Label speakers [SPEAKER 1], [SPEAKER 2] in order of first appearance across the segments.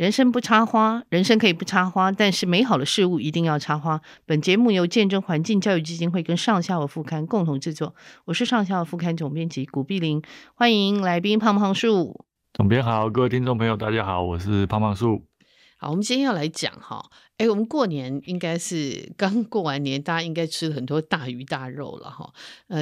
[SPEAKER 1] 人生不插花，人生可以不插花，但是美好的事物一定要插花。本节目由见证环境教育基金会跟上下游副刊共同制作，我是上下游副刊总编辑古碧玲，欢迎来宾胖胖树。
[SPEAKER 2] 总编好，各位听众朋友大家好，我是胖胖树。
[SPEAKER 1] 好，我们今天要来讲哈，我们过年应该是刚过完年，大家应该吃了很多大鱼大肉了哈，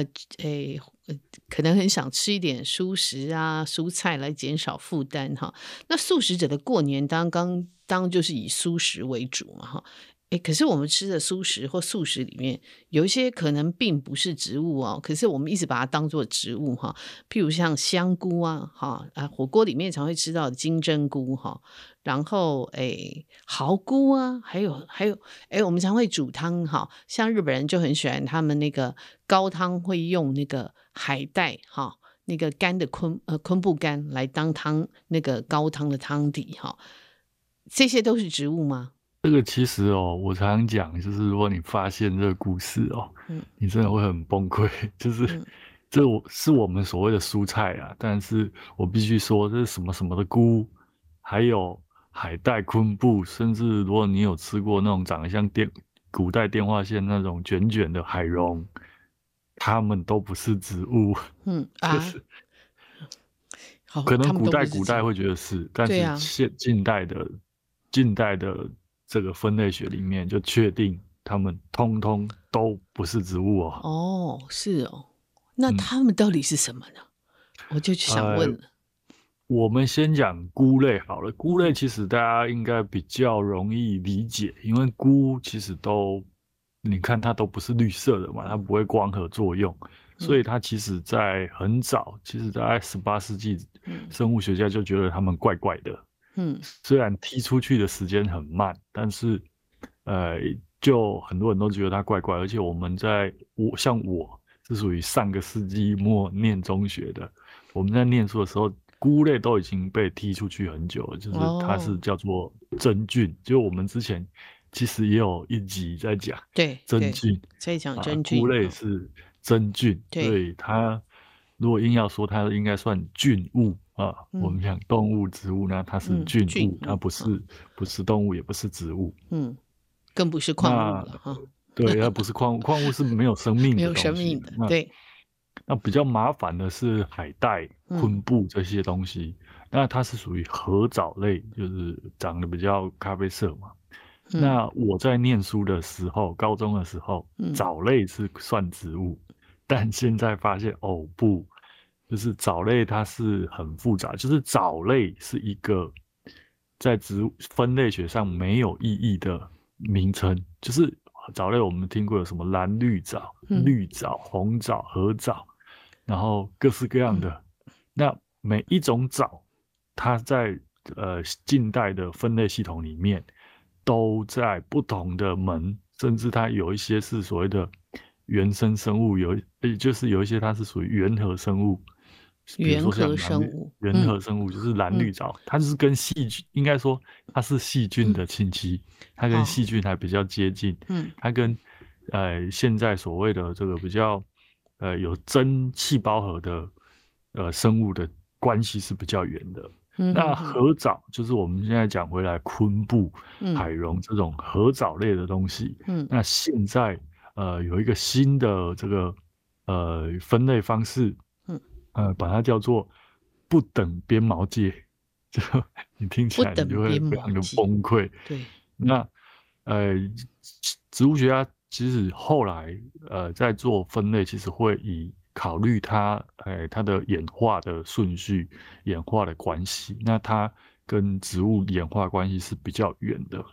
[SPEAKER 1] 可能很想吃一点蔬食啊、蔬菜来减少负担哈。那素食者的过年当然就是以素食为主嘛哈。可是我们吃的素食或素食里面有一些可能并不是植物哦，可是我们一直把它当作植物哈，譬如像香菇啊，火锅里面常会吃到的金针菇哈，然后蚝菇啊，还有我们常会煮汤哈，像日本人就很喜欢他们那个高汤会用那个海带哈，那个干的昆布干来当汤，那个高汤的汤底哈，这些都是植物吗？
[SPEAKER 2] 这个其实我常常讲，就是如果你发现这个故事你真的会很崩溃。就是这是我们所谓的蔬菜啊，但是我必须说这是什么什么的菇，还有海带、昆布，甚至如果你有吃过那种长得像古代电话线那种卷卷的海茸，它们都不是植物。就是可能古代会觉得是，但是近代的这个分类学里面就确定它们通通都不是植物哦。
[SPEAKER 1] 哦，是哦，那它们到底是什么呢？我就想问了。
[SPEAKER 2] 我们先讲菇类好了，菇类其实大家应该比较容易理解，因为菇其实你看它都不是绿色的嘛，它不会光合作用，所以它其实在很早，其实在18世纪，生物学家就觉得它们怪怪的。虽然踢出去的时间很慢，但是就很多人都觉得它怪怪，而且像我是属于上个世纪末念中学的，我们在念书的时候，菇类都已经被踢出去很久了，就是它是叫做真菌，就我们之前其实也有一集在讲真菌，
[SPEAKER 1] 在讲真菌，
[SPEAKER 2] 菇类是真菌，所以它如果硬要说它应该算菌物啊，我们讲动物、植物呢，它是菌物，它不是动物，也不是植物，
[SPEAKER 1] 更不是矿物了哈。
[SPEAKER 2] 对，它不是矿物，矿物是没有生命的东西，没有生命
[SPEAKER 1] 的，对。
[SPEAKER 2] 那比较麻烦的是海带、昆布这些东西，那它是属于褐藻类，就是长得比较咖啡色嘛。那我在念书的时候，高中的时候，藻类是算植物，但现在发现不，就是藻类它是很复杂，就是藻类是一个在植物分类学上没有意义的名称，就是藻类我们听过有什么蓝绿藻、绿藻、红藻、褐藻，然后各式各样的。那每一种藻，它在近代的分类系统里面，都在不同的门，甚至它有一些是所谓的原生生物，就是有一些它是属于原核生物。
[SPEAKER 1] 原核生
[SPEAKER 2] 物就是蓝绿藻，它就是跟细菌，应该说它是细菌的亲戚，它跟细菌还比较接近。它跟现在所谓的这个比较有真细胞核的生物的关系是比较远的。那褐藻就是我们现在讲回来昆布、海茸这种褐藻类的东西。那现在有一个新的这个分类方式。把它叫做不等边毛介，就你听起来你就会非常的崩溃。
[SPEAKER 1] 对，
[SPEAKER 2] 那植物学家其实后来在做分类，其实会考虑它的演化的顺序、演化的关系。那它跟植物演化关系是比较远的，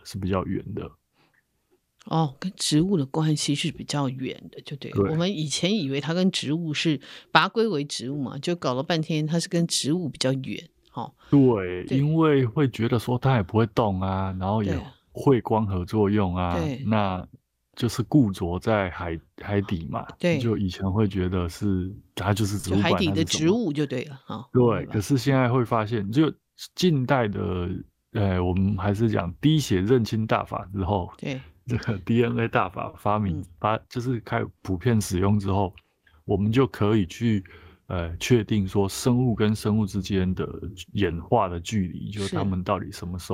[SPEAKER 1] 跟植物的关系是比较远的，就对。我们以前以为它跟植物是把它归为植物嘛，就搞了半天它是跟植物比较远。
[SPEAKER 2] 对，因为会觉得说它也不会动啊，然后也会光合作用啊，那就是固着在海底嘛。
[SPEAKER 1] 对，
[SPEAKER 2] 就以前会觉得它就是植物，
[SPEAKER 1] 就海底的植物就对了。
[SPEAKER 2] 对，可是现在会发现，就近代的我们还是讲滴血认亲大法之后，
[SPEAKER 1] 对。
[SPEAKER 2] 这个 DNA 大法发明就是普遍使用之后，我们就可以去确定说生物跟生物之间的演化的距离，就是它们到底什么时候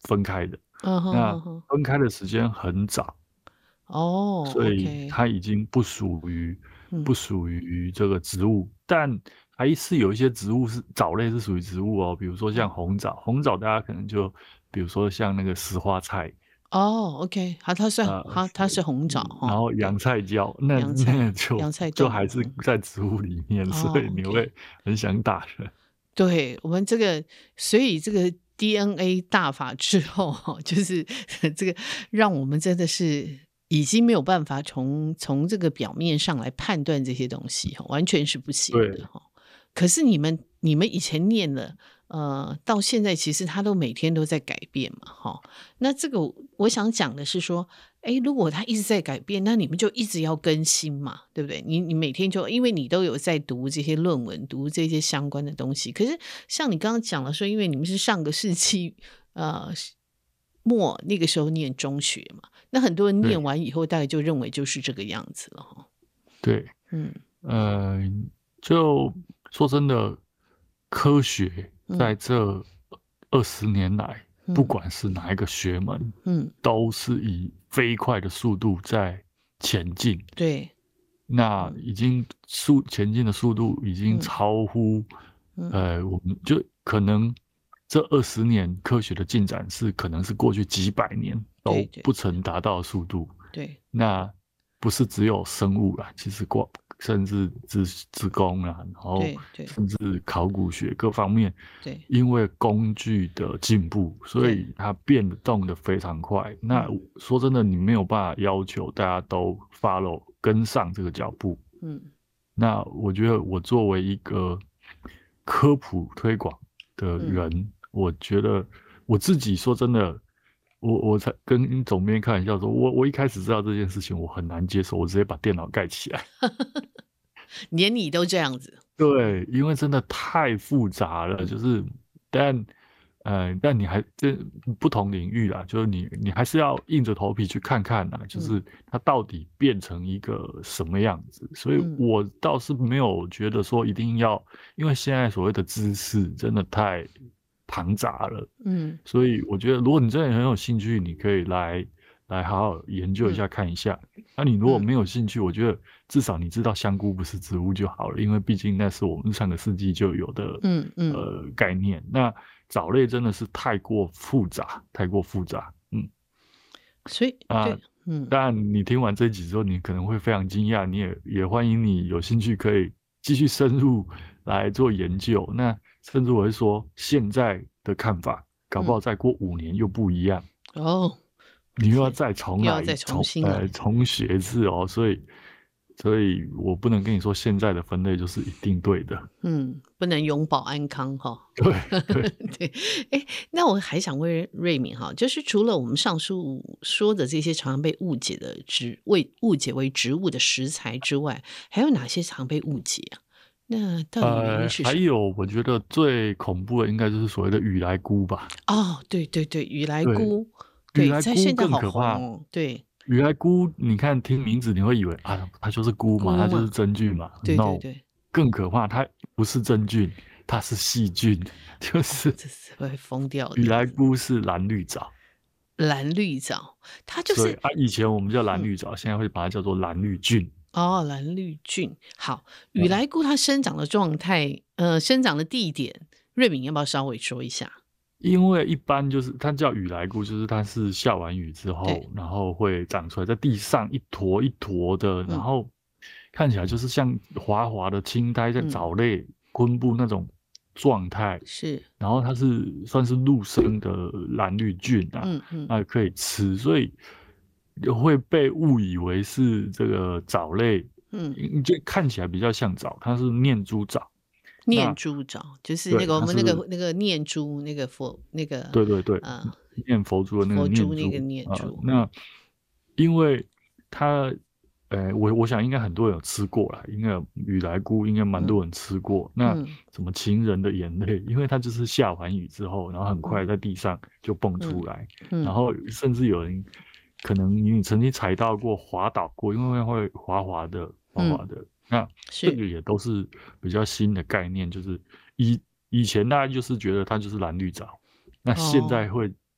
[SPEAKER 2] 分开的。
[SPEAKER 1] 嗯哼
[SPEAKER 2] 那
[SPEAKER 1] 哼哼，
[SPEAKER 2] 分开的时间很早，
[SPEAKER 1] 哦
[SPEAKER 2] 所以
[SPEAKER 1] ，OK，
[SPEAKER 2] 它已经不
[SPEAKER 1] 嗯，
[SPEAKER 2] 属于这个植物，但还是有一些植物是藻类是属于植物哦，比如说像
[SPEAKER 1] 哦
[SPEAKER 2] 红枣，红枣大家可能就比如说像那个石花菜，
[SPEAKER 1] 哦，OK，好，它算
[SPEAKER 2] 呃，
[SPEAKER 1] 好，它是红枣
[SPEAKER 2] 然
[SPEAKER 1] 哈，对，
[SPEAKER 2] 后洋菜椒，那
[SPEAKER 1] 洋菜
[SPEAKER 2] 那就
[SPEAKER 1] 洋菜冻，
[SPEAKER 2] 就还是在植物里面，所
[SPEAKER 1] 哦
[SPEAKER 2] 以你
[SPEAKER 1] ，OK。
[SPEAKER 2] 会很想打人。
[SPEAKER 1] 对，我们这个，所以这个 DNA 大法之后哈，就是这个让我们真的是已经没有办法从这个表面上来判断这些东西哈，完全是不行的
[SPEAKER 2] 对
[SPEAKER 1] 哈。可是你们以前念了，到现在其实它都每天都在改变嘛哈。那这个我想讲的是说，诶，如果它一直在改变，那你们就一直要更新嘛，对不对？你每天就因为你都有在读这些论文，读这些相关的东西。可是像你刚刚讲了说，因为你们是上个世纪呃末那个时候念中学嘛，那很多人念
[SPEAKER 2] 对
[SPEAKER 1] 完以后，大概就认为就是这个样子了哈。
[SPEAKER 2] 对，
[SPEAKER 1] 嗯
[SPEAKER 2] 呃，就说真的，科学
[SPEAKER 1] 嗯
[SPEAKER 2] 在这20年来，不
[SPEAKER 1] 嗯
[SPEAKER 2] 管是哪一个学门，
[SPEAKER 1] 嗯，
[SPEAKER 2] 都是以飞快的速度在前进。
[SPEAKER 1] 对，
[SPEAKER 2] 那
[SPEAKER 1] 嗯
[SPEAKER 2] 已经前进的速度已经
[SPEAKER 1] 嗯
[SPEAKER 2] 超乎，
[SPEAKER 1] 嗯，
[SPEAKER 2] 我们就可能这20年科学的进展可能是过去几百年都
[SPEAKER 1] 对对
[SPEAKER 2] 不曾达到的速度。
[SPEAKER 1] 对
[SPEAKER 2] 那不是只有生物啦，其实甚至工啊，然后
[SPEAKER 1] 对对
[SPEAKER 2] 甚至考古学各方面，
[SPEAKER 1] 对
[SPEAKER 2] 因为工具的进步，所
[SPEAKER 1] 对，
[SPEAKER 2] 以它变得动得非常快。那
[SPEAKER 1] 嗯
[SPEAKER 2] 说真的，你没有办法要求大家都 跟上这个脚步。
[SPEAKER 1] 嗯
[SPEAKER 2] 那我觉得我作为一个科普推广的
[SPEAKER 1] 嗯。
[SPEAKER 2] 人，我觉得我自己说真的，我才跟总编开玩笑说，我一开始知道这件事情，我很难接受，我直接把电脑盖起来。
[SPEAKER 1] 连你都这样子，
[SPEAKER 2] 对，因为真的太复杂了，
[SPEAKER 1] 嗯
[SPEAKER 2] 但但你这不同领域啦，就是你还是要硬着头皮去看看啦，就
[SPEAKER 1] 嗯
[SPEAKER 2] 是它到底变成一个什么样子。所以
[SPEAKER 1] 嗯
[SPEAKER 2] 我倒是没有觉得说一定要，因为现在所谓的知识真的太庞杂了，
[SPEAKER 1] 嗯
[SPEAKER 2] 所以我觉得如果你真的很有兴趣，你可以来好好研究一
[SPEAKER 1] 嗯
[SPEAKER 2] 下看一下。那你如果
[SPEAKER 1] 嗯
[SPEAKER 2] 没有兴趣，我觉得至少你知道香菇不是植物就好了，因为毕竟那是我们上个世纪就有的
[SPEAKER 1] 嗯嗯，
[SPEAKER 2] 概念。那藻类真的是太过复杂，太过复杂。
[SPEAKER 1] 所以
[SPEAKER 2] 啊，
[SPEAKER 1] 对，嗯
[SPEAKER 2] 当然你听完这一集之后，你可能会非常惊讶，你也欢迎你有兴趣可以继续深入来做研究。那甚至我会说，现在的看法，搞不好
[SPEAKER 1] 嗯，
[SPEAKER 2] 再过5年又不一样。
[SPEAKER 1] 哦，
[SPEAKER 2] 你又要
[SPEAKER 1] 是
[SPEAKER 2] 再重来，
[SPEAKER 1] 又要再重新来，
[SPEAKER 2] 重学一次哦，所以我不能跟你说现在的分类就是一定对的。
[SPEAKER 1] 嗯，不能永保安康哈。
[SPEAKER 2] 对对，
[SPEAKER 1] 对，哎，那我还想问瑞敏哈，就是除了我们上述说的这些常常被误解为植物的食材之外，还有哪些常被误解啊？那到底原因是什么？
[SPEAKER 2] 还有我觉得最恐怖的应该就是所谓的雨来菇吧。
[SPEAKER 1] 哦，对对对，雨来
[SPEAKER 2] 对，
[SPEAKER 1] 菇，对，
[SPEAKER 2] 雨来菇
[SPEAKER 1] 在现在好
[SPEAKER 2] 更可怕。
[SPEAKER 1] 红哦，对，
[SPEAKER 2] 雨来菇，你看听名字你会以为啊，它就是菇嘛，它就是
[SPEAKER 1] 菇嘛，
[SPEAKER 2] 真菌嘛。
[SPEAKER 1] 对对
[SPEAKER 2] No，
[SPEAKER 1] 对，
[SPEAKER 2] 更可怕，它不是真菌，它是细菌，就
[SPEAKER 1] 哦，
[SPEAKER 2] 是
[SPEAKER 1] 这是会疯掉
[SPEAKER 2] 雨来
[SPEAKER 1] 的。
[SPEAKER 2] 菇是蓝绿藻。
[SPEAKER 1] 蓝绿藻，它就是
[SPEAKER 2] 所以啊，以前我们叫蓝
[SPEAKER 1] 嗯，
[SPEAKER 2] 绿藻，现在会把它叫做蓝绿菌。
[SPEAKER 1] 哦，蓝绿菌。好，雨
[SPEAKER 2] 嗯，
[SPEAKER 1] 来菇它生长的状态，生长的地点，瑞敏要不要稍微说一下？
[SPEAKER 2] 因为一般就是它叫雨来菇，就是它是下完雨之
[SPEAKER 1] 对，
[SPEAKER 2] 后，然后会长出来在地上一坨一坨的，然
[SPEAKER 1] 嗯
[SPEAKER 2] 后看起来就是像滑滑的青苔在
[SPEAKER 1] 嗯，
[SPEAKER 2] 藻类昆布那种状态。
[SPEAKER 1] 是，
[SPEAKER 2] 然后它算是陆生的蓝绿菌啊，
[SPEAKER 1] 嗯嗯
[SPEAKER 2] 那可以吃，所以会被误以为是这个藻类，
[SPEAKER 1] 嗯，
[SPEAKER 2] 就看起来比较像藻，它是念珠藻。
[SPEAKER 1] 念
[SPEAKER 2] 那
[SPEAKER 1] 珠藻就是那
[SPEAKER 2] 对，
[SPEAKER 1] 个我们
[SPEAKER 2] 它是
[SPEAKER 1] 那个念珠那个佛那个
[SPEAKER 2] 对对对，
[SPEAKER 1] 呃
[SPEAKER 2] 念佛珠的那个
[SPEAKER 1] 佛
[SPEAKER 2] 念珠
[SPEAKER 1] 珠那个念
[SPEAKER 2] 啊、
[SPEAKER 1] 珠，
[SPEAKER 2] 那因为它，我想应该很多人有吃过啦，应该雨来菇应该蛮
[SPEAKER 1] 嗯
[SPEAKER 2] 多人吃过。那
[SPEAKER 1] 嗯
[SPEAKER 2] 什么情人的眼泪，因为它就是下完雨之后，然后很快
[SPEAKER 1] 嗯
[SPEAKER 2] 在地上就蹦
[SPEAKER 1] 嗯
[SPEAKER 2] 出来，然
[SPEAKER 1] 嗯，
[SPEAKER 2] 后甚至有人可能你曾经踩到过、滑倒过，因为会滑滑的、滑滑的。那这
[SPEAKER 1] 是，
[SPEAKER 2] 个也都是比较新的概念，就是以前大家就是觉得它就是蓝绿藻，那现在
[SPEAKER 1] 哦，
[SPEAKER 2] 会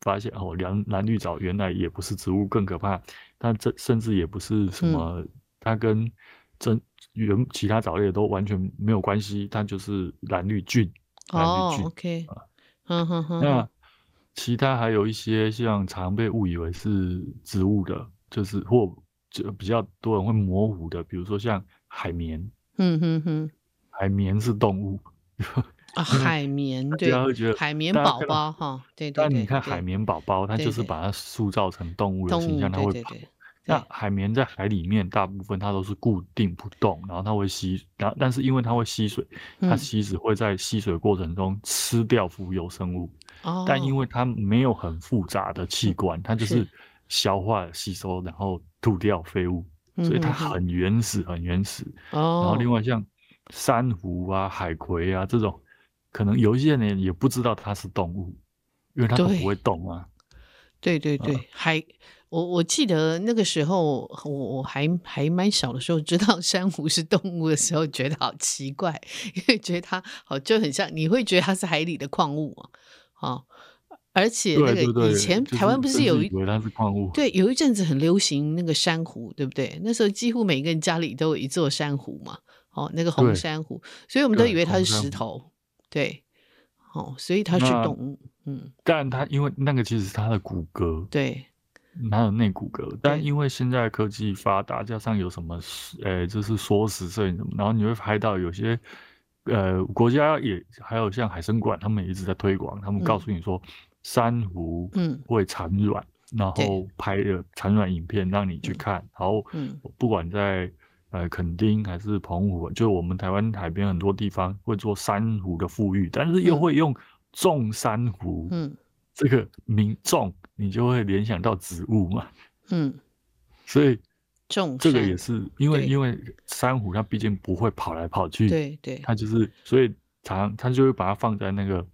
[SPEAKER 2] 发现哦，蓝绿藻原来也不是植物，更可怕，它这甚至也不是什么，它跟其他藻类都完全没有关系，它就是蓝绿菌。
[SPEAKER 1] 哦，OK，
[SPEAKER 2] 那其他还有一些像常被误以为是植物的，就是就比较多人会模糊的，比如说像海绵。海绵是动物。因为
[SPEAKER 1] 海绵，
[SPEAKER 2] 大家
[SPEAKER 1] 对，
[SPEAKER 2] 会觉得，
[SPEAKER 1] 海绵宝
[SPEAKER 2] 大家看到，
[SPEAKER 1] 宝哈，对对
[SPEAKER 2] 但你
[SPEAKER 1] 对
[SPEAKER 2] 看海绵宝宝，它就是
[SPEAKER 1] 对对，
[SPEAKER 2] 把它塑造成动物的
[SPEAKER 1] 动物，
[SPEAKER 2] 形象，它会跑。
[SPEAKER 1] 对对对
[SPEAKER 2] 那
[SPEAKER 1] 对，
[SPEAKER 2] 海绵在海里面大部分它都是固定不动，然后它会然后但是因为它会吸水，它其实会在吸水过程中吃掉浮游生物。但因
[SPEAKER 1] 哦，
[SPEAKER 2] 为它没有很复杂的器官，它就是消化吸收，然后吐掉废物，所以它很原始，很原始。然后另外像珊瑚啊、海葵啊这种，可能有一些人也不知道它是动物，因为它都不会动啊。
[SPEAKER 1] 对对对，我记得那个时候，我还蛮小的时候，知道珊瑚是动物的时候，觉得好奇怪，因为觉得它好就很像，你会觉得它是海里的矿物嘛，哦，而且那个
[SPEAKER 2] 对对对，
[SPEAKER 1] 以前台湾不是
[SPEAKER 2] 甚至以为它是矿物。
[SPEAKER 1] 对，有一阵子很流行那个珊瑚，对不对？那时候几乎每个人家里都有一座珊瑚嘛，哦，那个红
[SPEAKER 2] 对
[SPEAKER 1] 珊瑚，所以我们都以
[SPEAKER 2] 对，
[SPEAKER 1] 为它是
[SPEAKER 2] 红珊瑚。
[SPEAKER 1] 石头，对，哦，所以它是
[SPEAKER 2] 那
[SPEAKER 1] 动物，
[SPEAKER 2] 但它因为那个其实是它的骨骼，
[SPEAKER 1] 对
[SPEAKER 2] 它的内骨骼，但
[SPEAKER 1] 对，
[SPEAKER 2] 因为现在科技发达，加上有什么就是缩时摄影什么，然后你会拍到有些国家也还有像海参馆，他们也一直在推广，他们告诉你说珊瑚会产卵，然后拍的产卵影片让你去看，然后不管在垦丁还是澎湖，就我们台湾海边很多地方会做珊瑚的复育，但是又会用种珊瑚，这个种你就会联想到植物嘛，所以这个也是因为珊瑚它毕竟不会跑来跑去，
[SPEAKER 1] 对对，
[SPEAKER 2] 它就是所以它就会把它放在那个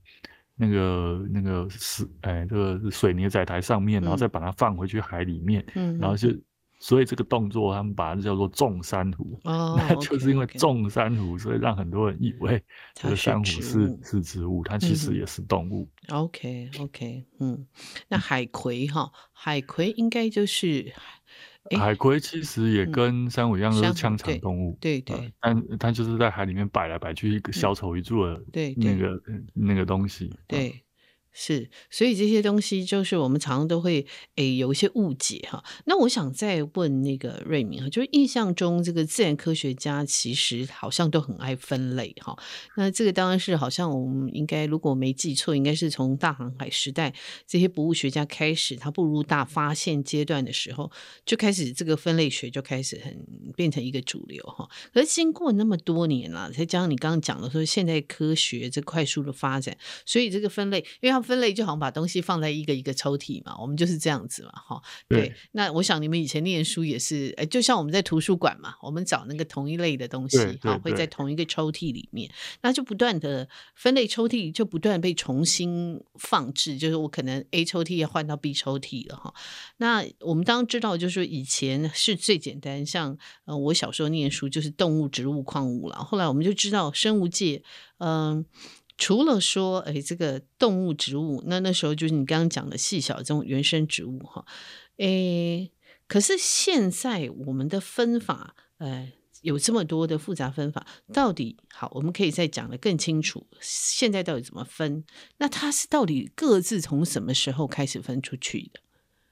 [SPEAKER 2] 这个水泥载台上面，然后再把它放回去海里面，然后所以这个动作他们把它叫做种珊瑚，那就是因为种珊瑚，所以让很多人以为这个珊瑚是植物，它其实也是动物。
[SPEAKER 1] OK，那海葵哈，海葵应该就是
[SPEAKER 2] 海葵其实也跟珊瑚一样都是腔肠动物，
[SPEAKER 1] 对对，
[SPEAKER 2] 但它就是在海里面摆来摆去，一个小丑一柱的那个东西。
[SPEAKER 1] 对。是，所以这些东西就是我们常常都会有一些误解哈。那我想再问那个瑞敏哈，就是印象中这个自然科学家其实好像都很爱分类哈。那这个当然是好像我们应该如果没记错，应该是从大航海时代这些博物学家开始，他步入大发现阶段的时候，就开始这个分类学就开始变成一个主流哈。可是经过那么多年了，再加上你刚刚讲的说现代科学这快速的发展，所以这个分类，因为它分类就好像把东西放在一个一个抽屉嘛，我们就是这样子嘛，哈。对，那我想你们以前念书也是，就像我们在图书馆嘛，我们找那个同一类的东西，好，会在同一个抽屉里面，那就不断的分类抽屉就不断被重新放置，就是我可能 A 抽屉要换到 B 抽屉了哈。那我们当然知道，就是说以前是最简单，像我小时候念书就是动物、植物、矿物了，后来我们就知道生物界，除了说，这个动物、植物，那时候就是你刚刚讲的细小的这种原生植物哈，可是现在我们的分法，有这么多的复杂分法，到底好，我们可以再讲得更清楚，现在到底怎么分？那它是到底各自从什么时候开始分出去的？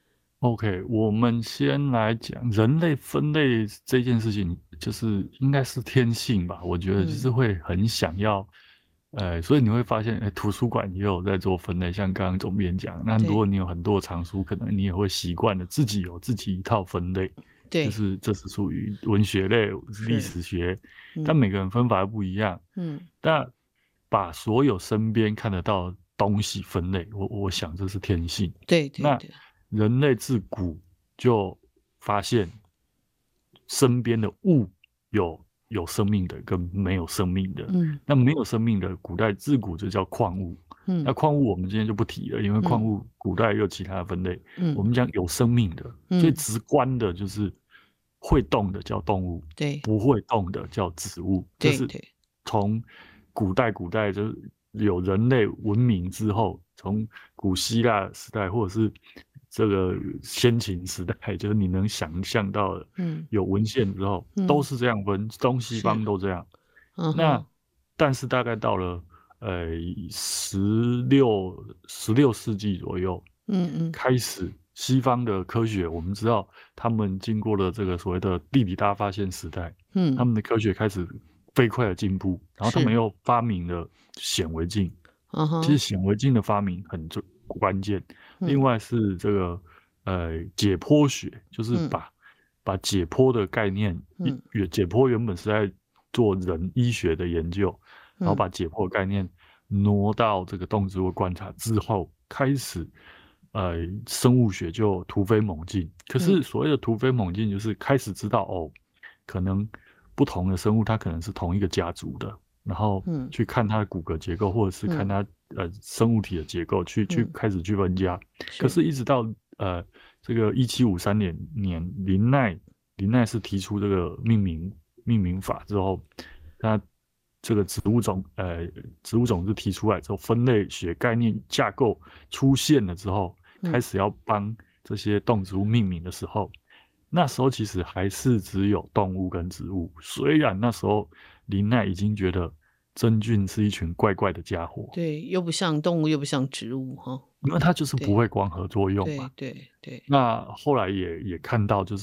[SPEAKER 2] OK，我们先来讲人类分类这件事情，就是应该是天性吧，我觉得就是会很想要。所以你会发现，图书馆也有在做分类，像刚刚总编讲，那如果你有很多藏书，可能你也会习惯的自己有自己一套分类，
[SPEAKER 1] 对，
[SPEAKER 2] 就是这是属于文学类、历史学，但每个人分法不一样。但把所有身边看得到的东西分类，我想这是天性。
[SPEAKER 1] 对，
[SPEAKER 2] 那人类自古就发现身边的物有生命的跟没有生命的，那没有生命的自古就叫矿物，那矿物我们今天就不提了，因为矿物古代又有其他的分类，我们讲有生命的，最直观的就是会动的叫动物，不会动的叫植物，这是从古代就是有人类文明之后从古希腊时代或者是这个先秦时代，就是你能想象到的，有文献之后，都是这样分，东西方都这样。那但是大概到了16世纪左右，开始西方的科学，我们知道他们经过了这个所谓的地理大发现时代，他们的科学开始飞快的进步，然后他们又发明了显微镜。其实显微镜的发明很关键。另外是这个解剖学，就是把解剖的概念，解剖原本是在做人医学的研究，然后把解剖的概念挪到这个动植物观察之后，开始生物学就突飞猛进。可是所谓的突飞猛进，就是开始知道可能不同的生物它可能是同一个家族的，然后去看它的骨骼结构，或者是看它生物体的结构，去开始去分家。可是，一直到这个1753年，林奈是提出这个命名法之后，他这个植物种子提出来之后，分类学概念架构出现了之后，开始要帮这些动植物命名的时候，那时候其实还是只有动物跟植物。虽然那时候林奈已经觉得真菌是一群怪怪的家伙，
[SPEAKER 1] 对，又不像动物，又不像植物哈，
[SPEAKER 2] 因为它就是不会光合作用嘛。
[SPEAKER 1] 对。
[SPEAKER 2] 那后来也看到，就是，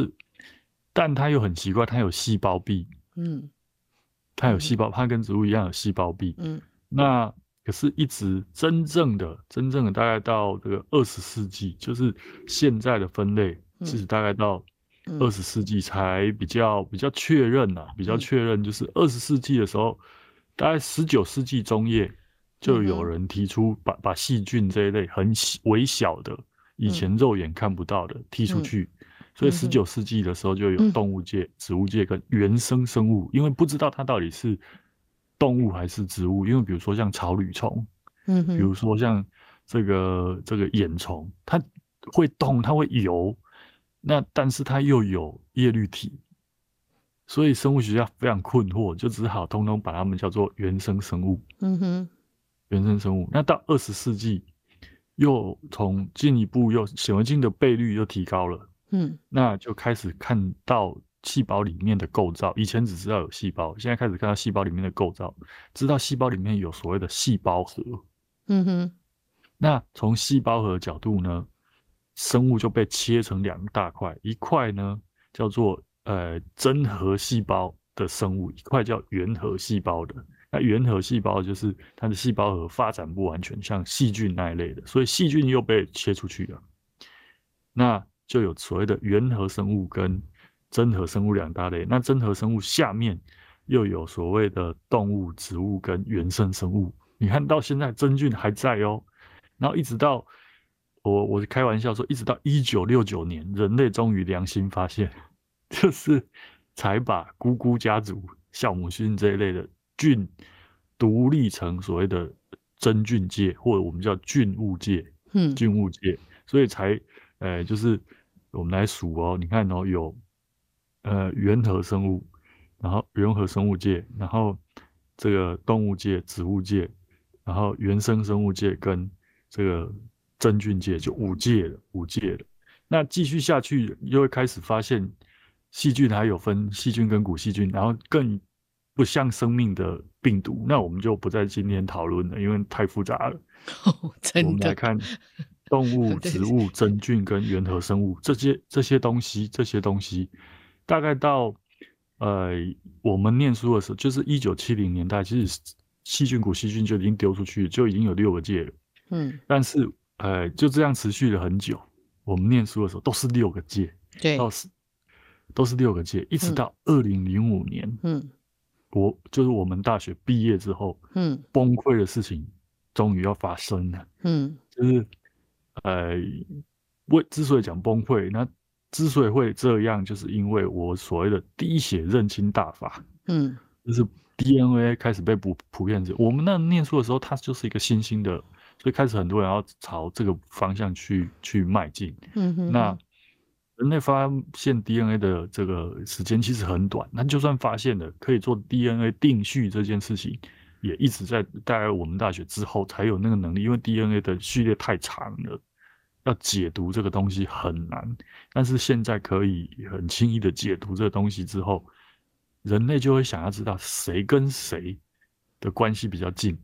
[SPEAKER 2] 但它又很奇怪，它有细胞壁，它有细胞，它跟植物一样有细胞壁，那可是一直真正的大概到这个20世纪，就是现在的分类，其实大概到20世纪才比较确认就是20世纪的时候，大概19世纪中叶就有人提出把细菌这一类很微小的，以前肉眼看不到的踢出去。所以19世纪的时候就有动物界、植物界跟原生生物，因为不知道它到底是动物还是植物。因为比如说像草履虫，比如说像这个眼虫，它会动，它会游，但是它又有叶绿体，所以生物学家非常困惑，就只好通通把它们叫做原生生物。原生生物。那到20世纪，又进一步显微镜的倍率又提高了。那就开始看到细胞里面的构造，以前只知道有细胞，现在开始看到细胞里面的构造，知道细胞里面有所谓的细胞核。那从细胞核的角度呢，生物就被切成2大块，一块呢叫做真核细胞的生物，一块叫原核细胞的。那原核细胞就是它的细胞核发展不完全，像细菌那一类的，所以细菌又被切出去了。那就有所谓的原核生物跟真核生物2大类。那真核生物下面又有所谓的动物、植物跟原生生物。你看到现在真菌还在哦，然后一直到我开玩笑说，一直到1969年，人类终于良心发现，就是才把菇菇家族、酵母菌这一类的菌独立成所谓的真菌界，或者我们叫菌物界。菌物界，所以才就是我们来数哦，你看哦，有原核生物，然后原核生物界，然后这个动物界、植物界，然后原生生物界跟这个真菌界，就5界了。那继续下去，又会开始发现细菌还有分细菌跟古细菌，然后更不像生命的病毒，那我们就不在今天讨论了，因为太复杂了。
[SPEAKER 1] 真的。
[SPEAKER 2] 我们来看动物、植物、真菌跟原核生物这些东西，大概到我们念书的时候，就是1970年代，其实细菌、古细菌就已经丢出去，就已经有6个界了。但是就这样持续了很久。我们念书的时候都是6个界，
[SPEAKER 1] 对，
[SPEAKER 2] 都是6个界，一直到2005年，就是我们大学毕业之后，崩溃的事情终于要发生了。就是之所以讲崩溃，那之所以会这样，就是因为我所谓的滴血认亲大法，就是 DNA 开始被普遍化。我们那念书的时候，它就是一个新兴的，所以开始很多人要朝这个方向去迈进。那人类发现 DNA 的这个时间其实很短，那就算发现了可以做 DNA 定序这件事情， 也一直在大概我们大学之后才有那个能力，因为 DNA 的序列太长了，要解读这个东西很难。但是现在可以很轻易的解读这个东西之后，人类就会想要知道谁跟谁的关系比较近，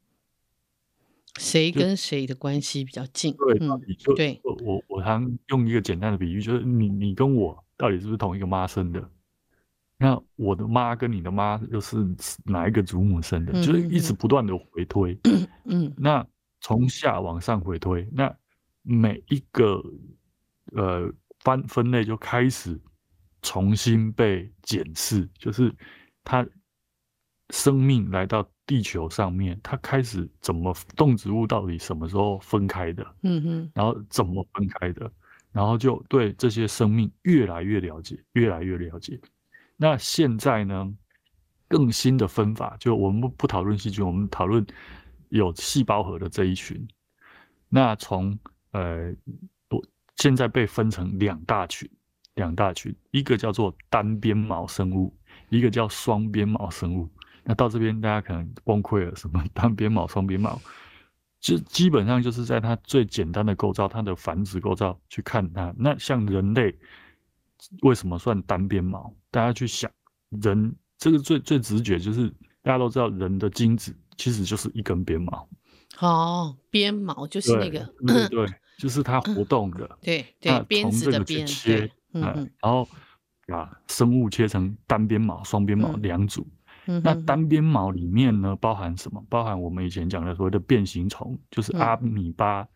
[SPEAKER 1] 谁跟谁的关系比较近？
[SPEAKER 2] 对，到底就
[SPEAKER 1] 对，
[SPEAKER 2] 我常用一个简单的比喻，就是你跟我到底是不是同一个妈生的？那我的妈跟你的妈又是哪一个祖母生的？就是一直不断的回推，那从下往上回推，那每一个分类就开始重新被检视，就是它生命来到地球上面，它开始怎么动植物到底什么时候分开的，然后怎么分开的，然后就对这些生命越来越了解，越来越了解。那现在呢，更新的分法，就我们不讨论细菌，我们讨论有细胞核的这一群。那现在被分成两大群，一个叫做单边毛生物，一个叫双边毛生物。那到这边大家可能崩溃了，什么单边毛、双边毛，就基本上就是在它最简单的构造，它的繁殖构造去看它。那像人类为什么算单边毛？大家去想，人这个最直觉就是大家都知道，人的精子其实就是一根边毛。
[SPEAKER 1] 边毛就是那个，
[SPEAKER 2] 对，就是它活动的。
[SPEAKER 1] 对，
[SPEAKER 2] 从这个去切，然后把生物切成单边毛、双边毛两组。那单边毛里面呢，包含什么？包含我们以前讲的所谓的变形虫，就是阿米巴，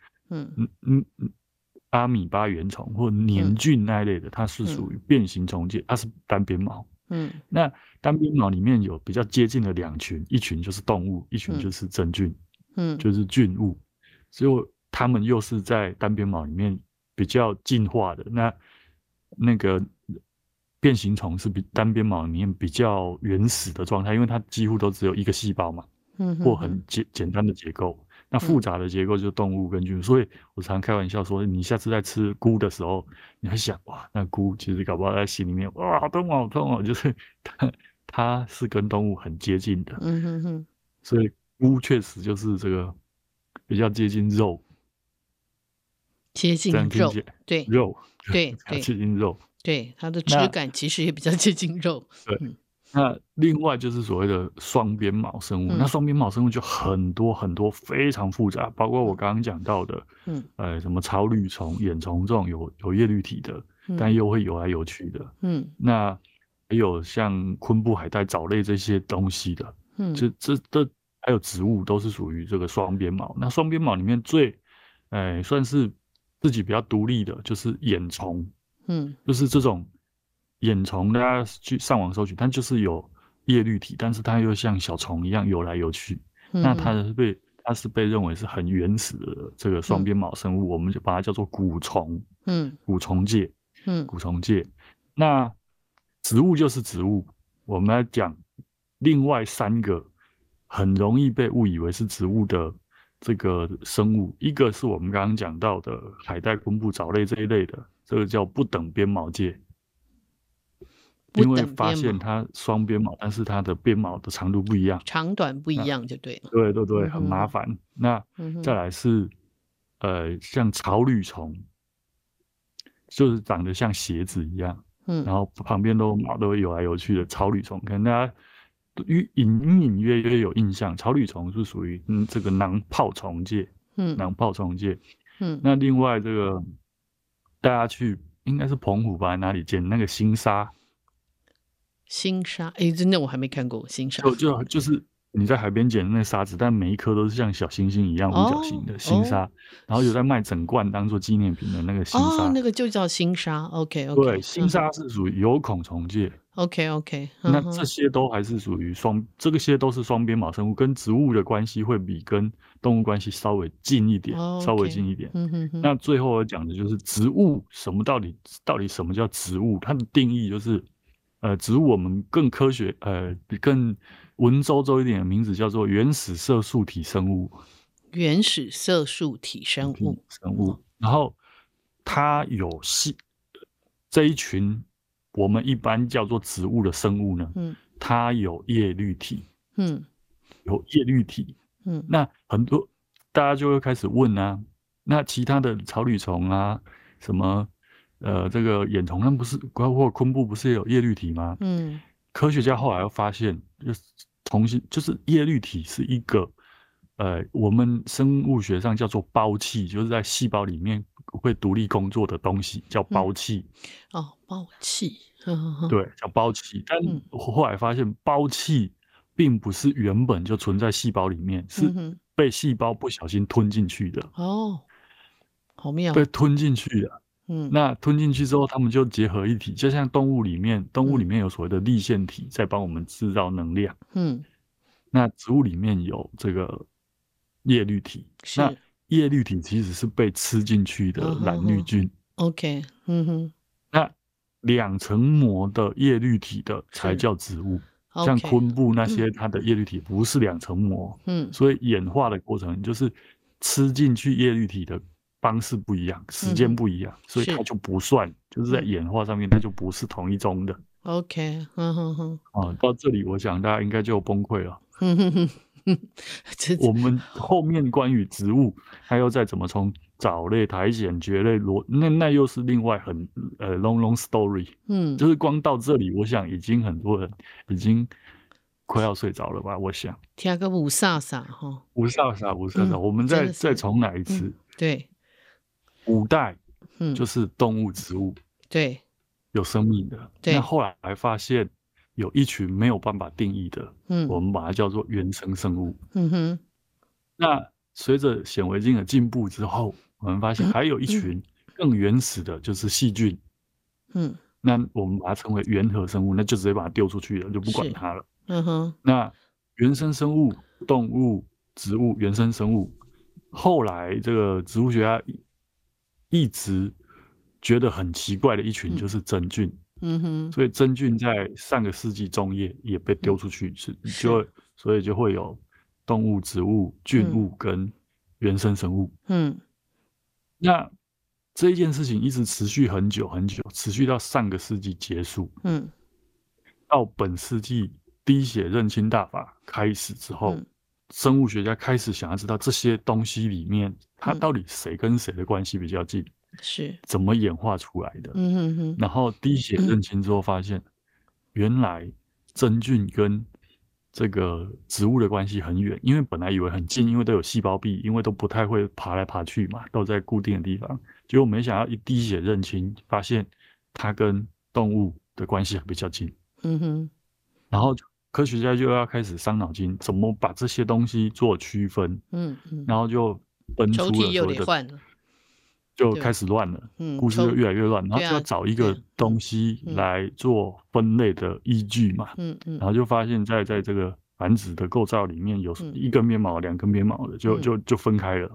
[SPEAKER 2] 阿米巴原虫或黏菌那一类的，它是属于变形虫界，它是单边毛。那单边毛里面有比较接近的两群，一群就是动物，一群就是真菌，就是菌物。所以它们又是在单边毛里面比较进化的。那个变形虫是比单边毛里面比较原始的状态，因为它几乎都只有一个细胞嘛，或很简单的结构。那复杂的结构就是动物跟菌，所以我常开玩笑说，你下次在吃菇的时候，你会想，哇，那菇其实搞不好在心里面，哇，好痛好痛哦，就是它是跟动物很接近的。所以菇确实就是这个比较接近肉，
[SPEAKER 1] 接近肉，对
[SPEAKER 2] 肉，
[SPEAKER 1] 对
[SPEAKER 2] 接近肉，
[SPEAKER 1] 对，它的质感其实也比较接近肉。
[SPEAKER 2] 对，那另外就是所谓的双边毛生物，那双边毛生物就很多很多，非常复杂，包括我刚刚讲到的，什么草履虫、眼虫这种有叶绿体的，但又会游来游去的，那还有像昆布、海带、藻类这些东西的，这还有植物都是属于这个双边毛。那双边毛里面最，算是自己比较独立的，就是眼虫，就是这种眼虫，大家去上网搜寻，它就是有叶绿体，但是它又像小虫一样游来游去。那它是被认为是很原始的这个双边毛生物，我们就把它叫做古虫，古虫界，古虫界。那植物就是植物，我们来讲另外三个很容易被误以为是植物的这个生物，一个是我们刚刚讲到的海带、昆布、藻类这一类的，这个叫不等边毛界。因为发现它双边毛，但是它的边毛的长度不一样，
[SPEAKER 1] 长短不一样就对了。
[SPEAKER 2] 对，很麻烦。那再来是像草履虫，就是长得像鞋子一样，然后旁边毛都会游来游去的草履虫，可能大家隐约约有印象。草履虫是属于这个囊泡虫界，囊泡虫界。那另外这个大家去应该是澎湖吧，哪里捡那个星沙？
[SPEAKER 1] 星沙，真的我还没看过星沙。
[SPEAKER 2] 就是你在海边捡的那沙子，但每一颗都是像小星星一样五角形的星沙，然后有在卖整罐当做纪念品的那个星沙，
[SPEAKER 1] 那个就叫星沙。OK，
[SPEAKER 2] 对，星沙是属于有孔虫界。
[SPEAKER 1] OK，
[SPEAKER 2] 那这些都还是属于这些都是双边毛生物，跟植物的关系会比跟动物关系稍微近一点，稍微近一点。那最后我讲的就是植物到底什么叫植物？它的定义就是。植物我们更科学，更文绉一点的名字叫做原始色素体生物。
[SPEAKER 1] 原始色素体生物，
[SPEAKER 2] 然后它有这一群我们一般叫做植物的生物呢，它有叶绿体， 有叶绿体。那很多大家就会开始问啊，那其他的草履虫啊，什么这个眼虫，它不是包括昆布不是也有叶绿体吗？科学家后来又发现，就是重新就是叶绿体是一个我们生物学上叫做胞器，就是在细胞里面会独立工作的东西，叫胞器。
[SPEAKER 1] 胞器，
[SPEAKER 2] 对，叫胞器。但后来发现，胞器并不是原本就存在细胞里面，是被细胞不小心吞进去的。
[SPEAKER 1] 好妙。
[SPEAKER 2] 被吞进去的。那吞进去之后，它们就结合一体，就像动物里面有所谓的粒线体在帮我们制造能量。那植物里面有这个叶绿体，那叶绿体其实是被吃进去的蓝绿菌。
[SPEAKER 1] OK，
[SPEAKER 2] 那2层膜的叶绿体的才叫植物，像昆布那些，它的叶绿体不是2层膜。所以演化的过程就是吃进去叶绿体的方式不一样，时间不一样，所以它就不算，就是在演化上面它就不是同一宗的。
[SPEAKER 1] OK，
[SPEAKER 2] 到这里我想大家应该就崩溃了。我们后面关于植物，还要再怎么从藻类、苔藓、蕨类、那又是另外很long story。就是光到这里，我想已经很多人已经快要睡着了吧？我想。
[SPEAKER 1] 听个五煞煞哈。
[SPEAKER 2] 五煞煞，我们再重来一次。
[SPEAKER 1] 对。
[SPEAKER 2] 古代就是动物、植物，
[SPEAKER 1] 对，
[SPEAKER 2] 有生命的。那后来还发现有一群没有办法定义的，我们把它叫做原生生物。那随着显微镜的进步之后，我们发现还有一群更原始的，就是细菌。那我们把它称为原核生物，那就直接把它丢出去了，就不管它了。那原生生物、动物、植物、原生生物，后来这个植物学家一直觉得很奇怪的一群就是真菌。所以真菌在上个世纪中叶也被丢出去，所以就会有动物、植物、菌物跟原生生物。那这一件事情一直持续很久很久，持续到上个世纪结束。到本世纪滴血认亲大法开始之后，生物学家开始想要知道这些东西里面，它到底谁跟谁的关系比较近，
[SPEAKER 1] 是
[SPEAKER 2] 怎么演化出来的。然后滴血认亲之后发现，原来真菌跟这个植物的关系很远，因为本来以为很近，因为都有细胞壁，因为都不太会爬来爬去嘛，都在固定的地方。结果没想到一滴血认亲，发现它跟动物的关系比较近。然后科学家就要开始伤脑筋，怎么把这些东西做区分。然后就分出了所谓的，就开始乱了，故事就越来越乱。然后就要找一个东西来做分类的依据嘛。然后就发现在这个繁殖的构造里面，有1根鞭毛、2根鞭毛的，就分开了。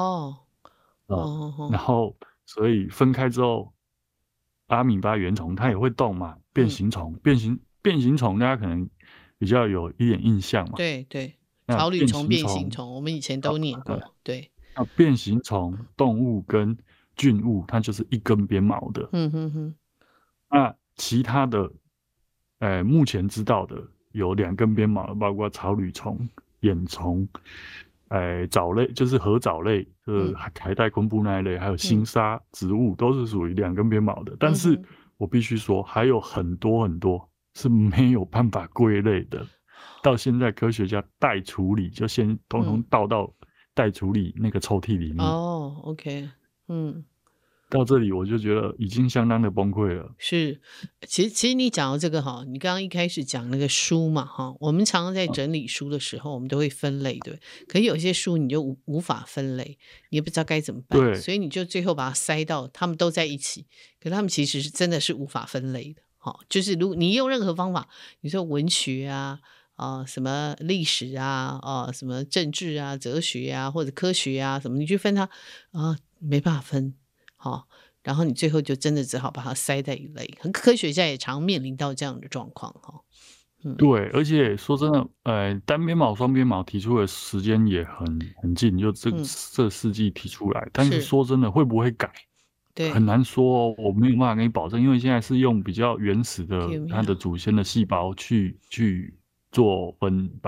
[SPEAKER 2] 然后所以分开之后，阿米巴原虫它也会动嘛，变形虫，变形虫大家可能比较有一点印象嘛。
[SPEAKER 1] 对，草履虫、变形虫，我们以前都念过。对，
[SPEAKER 2] 那变形虫、动物跟菌物，它就是1根鞭毛的。那其他的，目前知道的有2根鞭毛的，包括草履虫、眼虫，藻类就是核藻类，就是海带、昆布那一类，还有星沙植物，都是属于2根鞭毛的。但是我必须说，还有很多很多是没有办法归类的。到现在，科学家待处理，就先统统倒到待处理那个抽屉里面。
[SPEAKER 1] OK，
[SPEAKER 2] 到这里我就觉得已经相当的崩溃了。
[SPEAKER 1] 是，其实你讲到这个哈，你刚刚一开始讲那个书嘛哈，我们常常在整理书的时候，我们都会分类，对。可是有些书你就无法分类，你也不知道该怎么办，所以你就最后把它塞到他们都在一起，可他们其实是真的是无法分类的。就是如果你用任何方法，你说文学啊。什么历史啊，什么政治啊、哲学啊，或者科学啊，什么你去分它没办法分，然后你最后就真的只好把它塞在一类。科学家也常面临到这样的状况
[SPEAKER 2] 对，而且说真的，单鞭毛、双鞭毛提出的时间也很近，就这世纪提出来。但是说真的，会不会改？
[SPEAKER 1] 对，
[SPEAKER 2] 很难说，我没有办法跟你保证，因为现在是用比较原始的它的祖先的细胞去做分吧。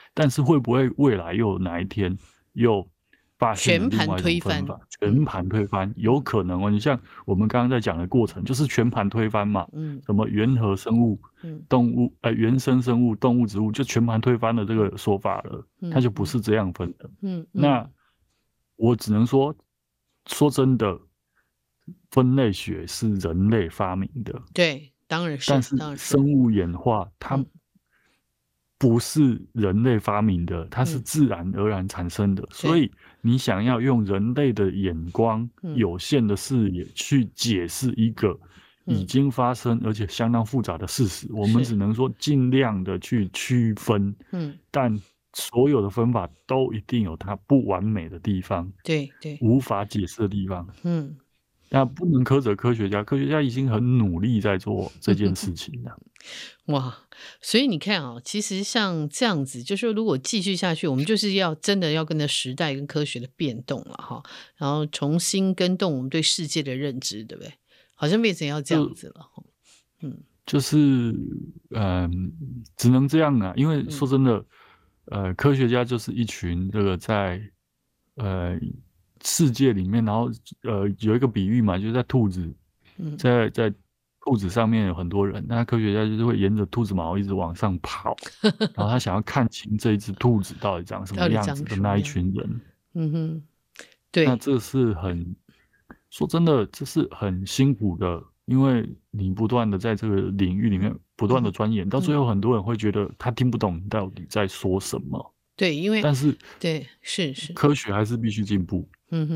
[SPEAKER 2] 但是会不会未来又哪一天又发现了另外一种分法，全盘推翻？有可能哦。你像我们刚刚在讲的过程，就是全盘推翻嘛。什么原核生物、动物、原生生物、动物、植物，就全盘推翻了这个说法了。它就不是这样分的。那我只能说真的，分类学是人类发明的。
[SPEAKER 1] 对，当然是。
[SPEAKER 2] 但是生物演化它不是人类发明的，它是自然而然产生的。所以你想要用人类的眼光、有限的视野去解释一个已经发生而且相当复杂的事实，我们只能说尽量的去区分。但所有的分法都一定有它不完美的地方，
[SPEAKER 1] 对，
[SPEAKER 2] 无法解释的地方。那不能苛责科学家，科学家已经很努力在做这件事情了。
[SPEAKER 1] 哇，所以你看啊，其实像这样子，就是如果继续下去，我们就是真的要跟着时代跟科学的变动了哈，然后重新更动我们对世界的认知，对不对？好像变成要这样子了。
[SPEAKER 2] 就是只能这样啊，因为说真的，科学家就是一群这个在世界里面，然后有一个比喻嘛，就是在兔子，在兔子上面有很多人，那科学家就是会沿着兔子毛一直往上跑，然后他想要看清这一只兔子到底长什么样子的那一群人。
[SPEAKER 1] 对。
[SPEAKER 2] 那这是说真的，这是很辛苦的，因为你不断的在这个领域里面不断的钻研，到最后很多人会觉得他听不懂你到底在说什么。
[SPEAKER 1] 对，因为
[SPEAKER 2] 但是
[SPEAKER 1] 对是
[SPEAKER 2] 科学还是必须进步。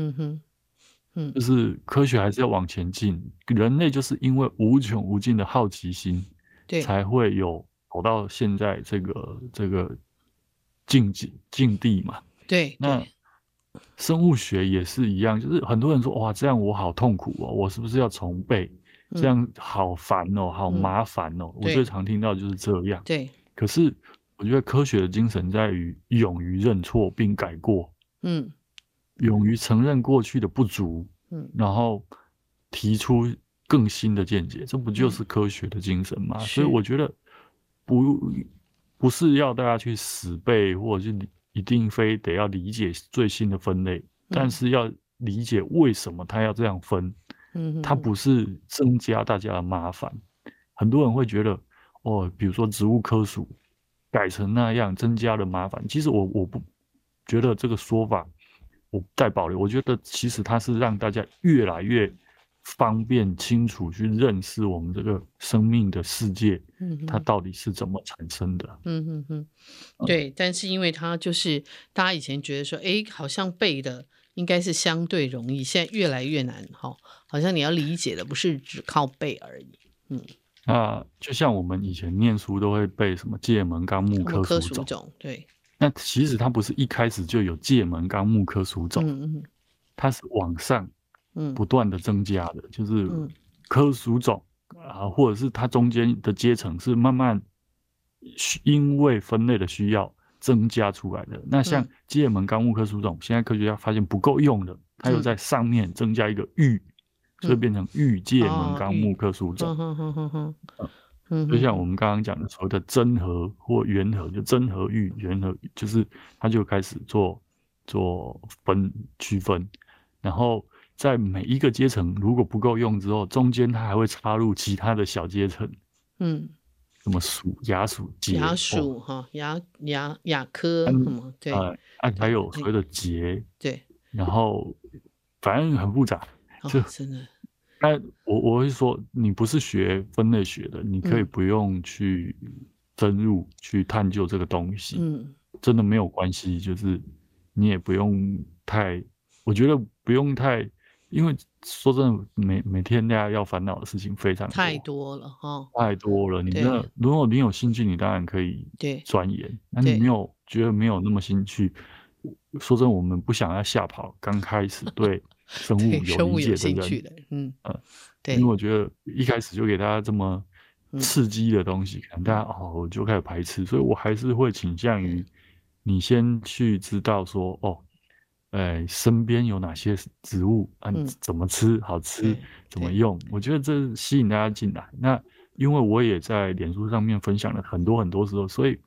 [SPEAKER 2] 就是科学还是要往前进。人类就是因为无穷无尽的好奇心，才会有走到现在这个境地嘛。
[SPEAKER 1] 对，
[SPEAKER 2] 那生物学也是一样，就是很多人说哇，这样我好痛苦哦，我是不是要重背？这样好烦哦，好麻烦哦。我最常听到就是这样。
[SPEAKER 1] 对。
[SPEAKER 2] 可是我觉得科学的精神在于勇于认错并改过。勇于承认过去的不足，然后提出更新的见解，这不就是科学的精神吗？所以我觉得不是要大家去死背，或者是一定非得要理解最新的分类，但是要理解为什么他要这样分。它不是增加大家的麻烦。很多人会觉得比如说植物科属改成那样增加了麻烦，其实我不觉得这个说法我带保留。我觉得其实它是让大家越来越方便清楚去认识我们这个生命的世界，它到底是怎么产生的。
[SPEAKER 1] 对，但是因为它就是大家以前觉得说好像背的应该是相对容易，现在越来越难，好像你要理解的不是只靠背而已。
[SPEAKER 2] 就像我们以前念书都会背什么界门纲目科属种，
[SPEAKER 1] 对。
[SPEAKER 2] 那其实它不是一开始就有界门纲目科属种，它是往上不断的增加的，就是科属种或者是它中间的阶层是慢慢因为分类的需要增加出来的。那像界门纲目科属种，现在科学家发现不够用的，它又在上面增加一个域，所以变成域界门纲目科属种。就像我们刚刚讲的所谓的真核或原核，就真核域、原核域，就是它就开始做区分，然后在每一个阶层如果不够用之后，中间它还会插入其他的小阶层，什么属、亚属、
[SPEAKER 1] 亚属亚科，对，
[SPEAKER 2] 还有所谓的节，
[SPEAKER 1] 对，
[SPEAKER 2] 然后反正很复杂，
[SPEAKER 1] 真的。
[SPEAKER 2] 但我会说，你不是学分类学的，你可以不用去深入去探究这个东西，真的没有关系。就是你也不用我觉得不用太，因为说真的，每天大家要烦恼的事情非常多，
[SPEAKER 1] 太多了
[SPEAKER 2] 太多了。如果你有兴趣，你当然可以钻研。那你觉得没有那么兴趣，说真的，我们不想要吓跑刚开始对生物有理解的人，因为我觉得一开始就给大家这么刺激的东西，可能大家我就开始排斥，所以我还是会倾向于你先去知道说身边有哪些植物怎么吃好吃，怎么用，我觉得这吸引大家进来。那因为我也在脸书上面分享了很多很多时候，所以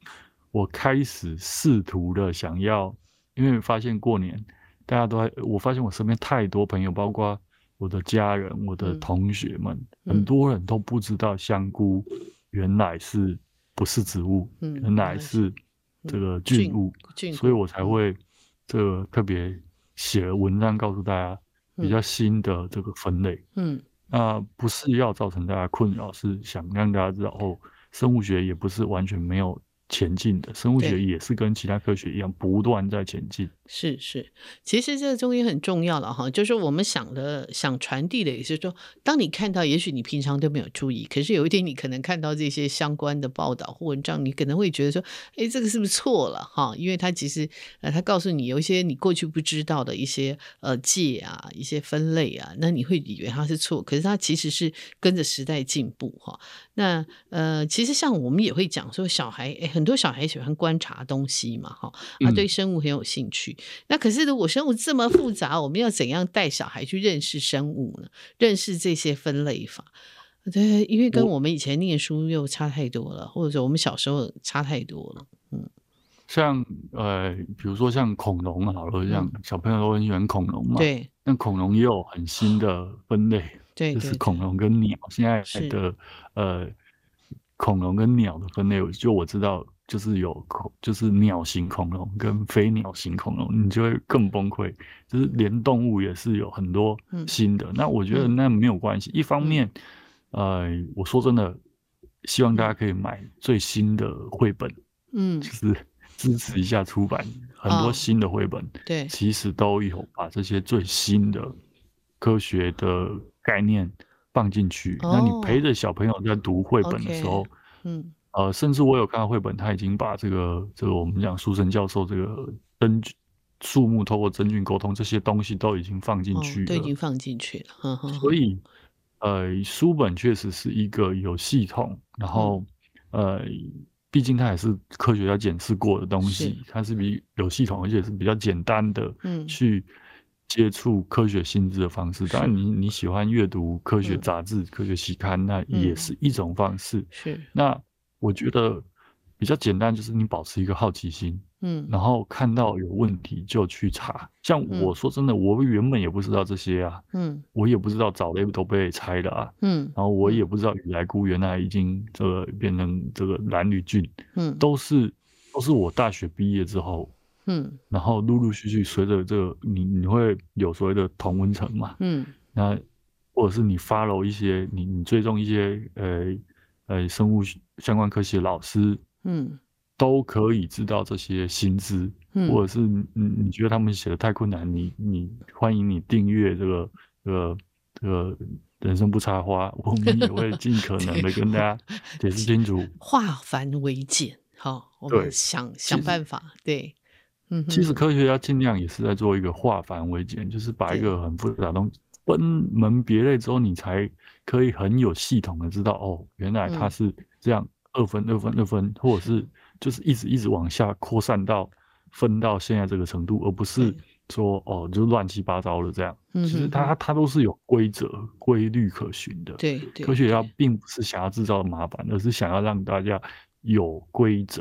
[SPEAKER 2] 我开始试图的想要，因为发现过年大家都我发现我身边太多朋友，包括我的家人、我的同学们，很多人都不知道香菇原来不是植物，原来是这个菌物，所以我才会这个特别写文章告诉大家比较新的这个分类。那不是要造成大家困扰，是想让大家知道生物学也不是完全没有前进的，生物学也是跟其他科学一样不断在前进。
[SPEAKER 1] 是，其实这个中间很重要了哈，就是我们想传递的也是说，当你看到，也许你平常都没有注意，可是有一天你可能看到这些相关的报道或文章，你可能会觉得说，这个是不是错了哈？因为它其实它告诉你有一些你过去不知道的一些界啊，一些分类啊，那你会以为它是错，可是它其实是跟着时代进步哈。那其实像我们也会讲说，小孩很多小孩喜欢观察东西嘛哈，对生物很有兴趣。那可是如果生物这么复杂，我们要怎样带小孩去认识生物呢？认识这些分类法？对，因为跟我们以前念书又差太多了，或者说我们小时候差太多了。
[SPEAKER 2] 像比如说像恐龙好了，像小朋友都很喜欢恐龙嘛。
[SPEAKER 1] 对。
[SPEAKER 2] 那恐龙也有很新的分类，
[SPEAKER 1] 对，
[SPEAKER 2] 就是恐龙跟鸟。现在的恐龙跟鸟的分类，我知道就是就是鸟型恐龙跟非鸟型恐龙，你就会更崩溃。就是连动物也是有很多新的。那我觉得那没有关系。一方面，我说真的，希望大家可以买最新的绘本，就是支持一下出版很多新的绘本。
[SPEAKER 1] 对，
[SPEAKER 2] 其实都有把这些最新的科学的概念放进去。那你陪着小朋友在读绘本的时候，甚至我有看到绘本，他已经把这个我们讲书生教授这个树木透过真菌沟通这些东西都已经放进去了，
[SPEAKER 1] 都已经放进去了。
[SPEAKER 2] 所以书本确实是一个有系统，然后毕竟它也是科学家检视过的东西，它是有系统，而且是比较简单的去接触科学新知的方式。当然你喜欢阅读科学杂志、科学期刊，那也是一种方式。那我觉得比较简单，就是你保持一个好奇心，然后看到有问题就去查。像我说真的，我原本也不知道这些啊，我也不知道藻类都被拆了啊，然后我也不知道雨来菇原来已经变成这个蓝缕菌，都是我大学毕业之后，然后陆陆续续随着这个你会有所谓的同温层嘛，那或者是你 follow 一些你追踪一些生物相关科学老师，都可以知道这些新知，或者是你觉得他们写的太困难，你欢迎你订阅这个人生不插花，我们也会尽可能的跟大家解释清楚，
[SPEAKER 1] 化繁为简。好，我们想办法。对，
[SPEAKER 2] 其实科学家尽量也是在做一个化繁为简，就是把一个很复杂的东西分门别类之后，你才可以很有系统的知道，原来它是这样2分2分2分，或者是就是一直往下扩散到分到现在这个程度，而不是说就乱七八糟的这样。其实它都是有规则规律可循的。
[SPEAKER 1] 对，
[SPEAKER 2] 科学家并不是想要制造麻烦，而是想要让大家有规则。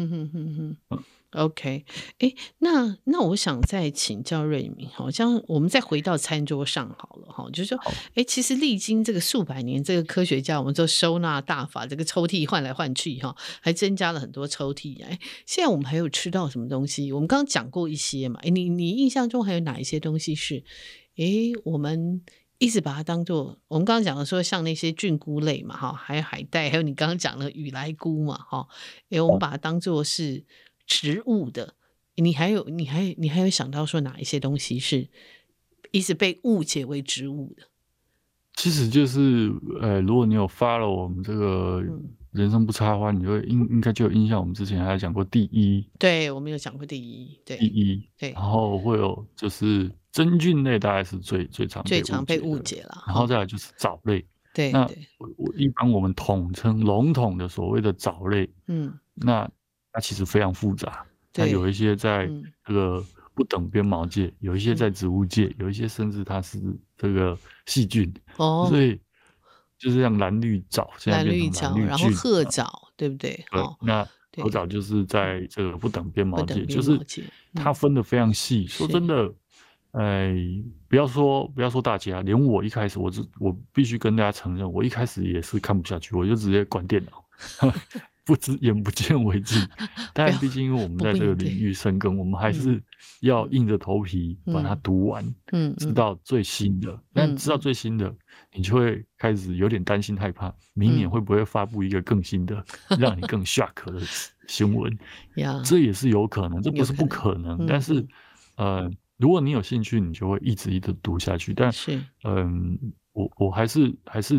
[SPEAKER 1] OK， 那我想再请教瑞敏，好像我们再回到餐桌上好了，就是说，其实历经这个数百年，这个科学家我们说收纳大法，这个抽屉换来换去还增加了很多抽屉。现在我们还有吃到什么东西？我们刚刚讲过一些嘛，你印象中还有哪一些东西是，我们一直把它当做我们刚刚讲的说像那些菌菇类嘛，还有海带，还有你刚刚讲的雨来菇嘛，我们把它当做是植物的。你还有想到说哪一些东西是一直被误解为植物的？
[SPEAKER 2] 其实就是如果你有 follow 我们这个人生不插花，你就会应该就有印象，我们之前还讲过第一。
[SPEAKER 1] 对，我们有讲过第一。对，
[SPEAKER 2] 第一。对，然后会有就是真菌类，大概是最常被误解了。然后再来就是藻类。
[SPEAKER 1] 对，
[SPEAKER 2] 那一般我们统称笼统的所谓的藻类，那它其实非常复杂。它有一些在这个不等边毛界，有一些在植物界，有一些甚至它是这个细菌。所以就是像蓝绿藻，现在变成蓝绿菌，
[SPEAKER 1] 然后褐藻，对不对？
[SPEAKER 2] 对，那合藻就是在这个不等边毛界，就是它分得非常细。说真的，不要说大家，连我一开始我必须跟大家承认，我一开始也是看不下去，我就直接关电脑。眼不见为净，但毕竟因为我们在这个领域深耕，我们还是要硬着头皮把它读完，知道最新的。但知道最新的，你就会开始有点担心害怕，明年会不会发布一个更新的，让你更 shock 的新闻？这也是有可能，这不是不可能。但是，如果你有兴趣，你就会一直读下去。但是，我还是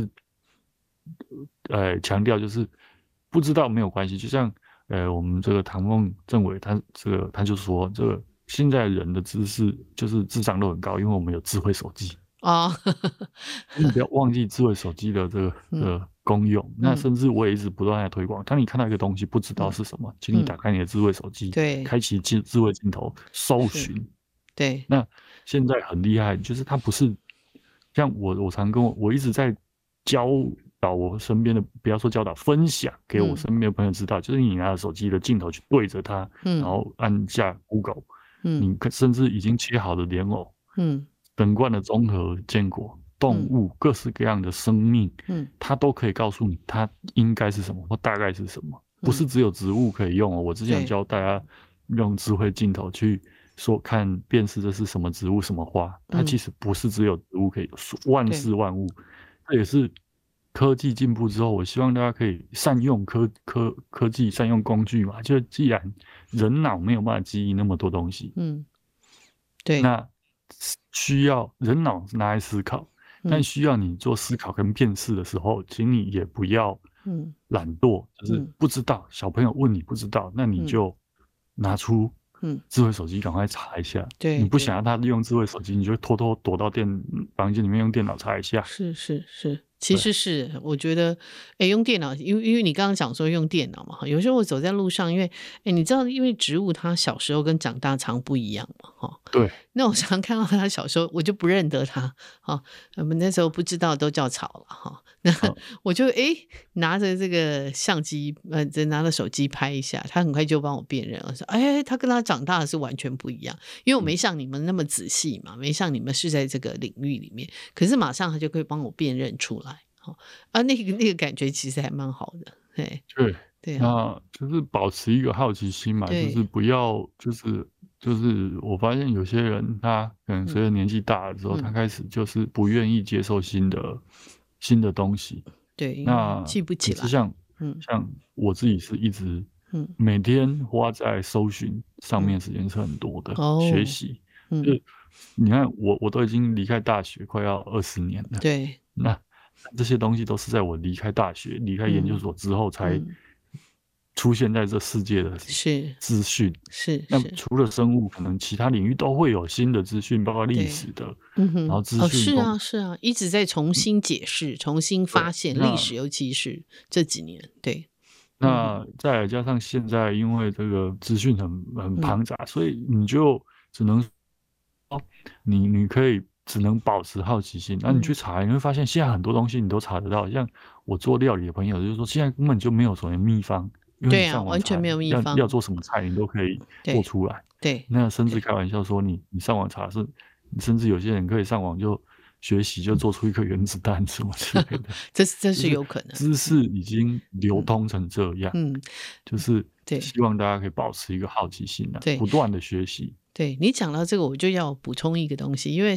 [SPEAKER 2] 强调就是。不知道没有关系，就像我们这个唐凤政委他就说，这个现在人的知识就是智商都很高，因为我们有智慧手机啊。你不要忘记智慧手机的这个功用。那甚至我也一直不断在推广，当你看到一个东西不知道是什么，请你打开你的智慧手机，开启智慧镜头搜寻。
[SPEAKER 1] 对，
[SPEAKER 2] 那现在很厉害，就是它不是像我常我一直在教导我身边的，不要说教导，分享给我身边的朋友知道，就是你拿着手机的镜头去对着它，然后按下 Google，你甚至已经切好的莲藕，等冠的综合坚果，动物各式各样的生命，它都可以告诉你它应该是什么或大概是什么，不是只有植物可以用哦。我之前教大家用智慧镜头去看辨识这是什么植物什么花，它其实不是只有植物可以，万事万物，这也是。科技进步之后，我希望大家可以善用科技，善用工具嘛。就既然人脑没有办法记忆那么多东西，
[SPEAKER 1] 对，
[SPEAKER 2] 那需要人脑拿来思考，但需要你做思考跟辨识的时候，请你也不要懒惰，就是不知道小朋友问你不知道，那你就拿出智慧手机赶快查一下。
[SPEAKER 1] 对，
[SPEAKER 2] 你不想要他用智慧手机，你就偷偷躲到房间里面用电脑查一下。
[SPEAKER 1] 是。其实是我觉得，用电脑，因为你刚刚讲说用电脑嘛，有时候我走在路上，因为你知道，因为植物它小时候跟长大常不一样嘛，哈。
[SPEAKER 2] 对。
[SPEAKER 1] 那我常看到它小时候，我就不认得它，哈，我们那时候不知道都叫草了，哈。那我就拿着这个相机，拿着手机拍一下，他很快就帮我辨认了，说他跟他长大的是完全不一样，因为我没像你们那么仔细嘛，没像你们是在这个领域里面，可是马上他就可以帮我辨认出来。那个感觉其实还蛮好的。对，
[SPEAKER 2] 那就是保持一个好奇心嘛，就是不要就是我发现有些人他可能随着年纪大了之后，他开始就是不愿意接受新的东西。
[SPEAKER 1] 对，
[SPEAKER 2] 那
[SPEAKER 1] 记不起来。
[SPEAKER 2] 像我自己是一直每天花在搜寻上面时间是很多的，学习。就是你看我都已经离开大学快要20年了。
[SPEAKER 1] 对，
[SPEAKER 2] 那这些东西都是在我离开大学、离开研究所之后才出现在这世界的资讯。
[SPEAKER 1] 是。
[SPEAKER 2] 那除了生物，可能其他领域都会有新的资讯，包括历史的，然后资讯。
[SPEAKER 1] 是啊，一直在重新解释、重新发现历史，尤其是这几年。对。
[SPEAKER 2] 那再加上现在因为这个资讯很庞杂，所以你就只能你可以。只能保持好奇心，那你去查，你会发现现在很多东西你都查得到。像我做料理的朋友就是说，现在根本就没有所谓秘方，因为你上网查
[SPEAKER 1] 完全没有秘方，
[SPEAKER 2] 要做什么菜你都可以做出来。
[SPEAKER 1] 对，
[SPEAKER 2] 那甚至开玩笑说，你上网查甚至有些人可以上网就学习，就做出一颗原子弹什么之类的。
[SPEAKER 1] 这是有可能，
[SPEAKER 2] 知识已经流通成这样。就是希望大家可以保持一个好奇心，不断的学习。
[SPEAKER 1] 对，你讲到这个，我就要补充一个东西，因为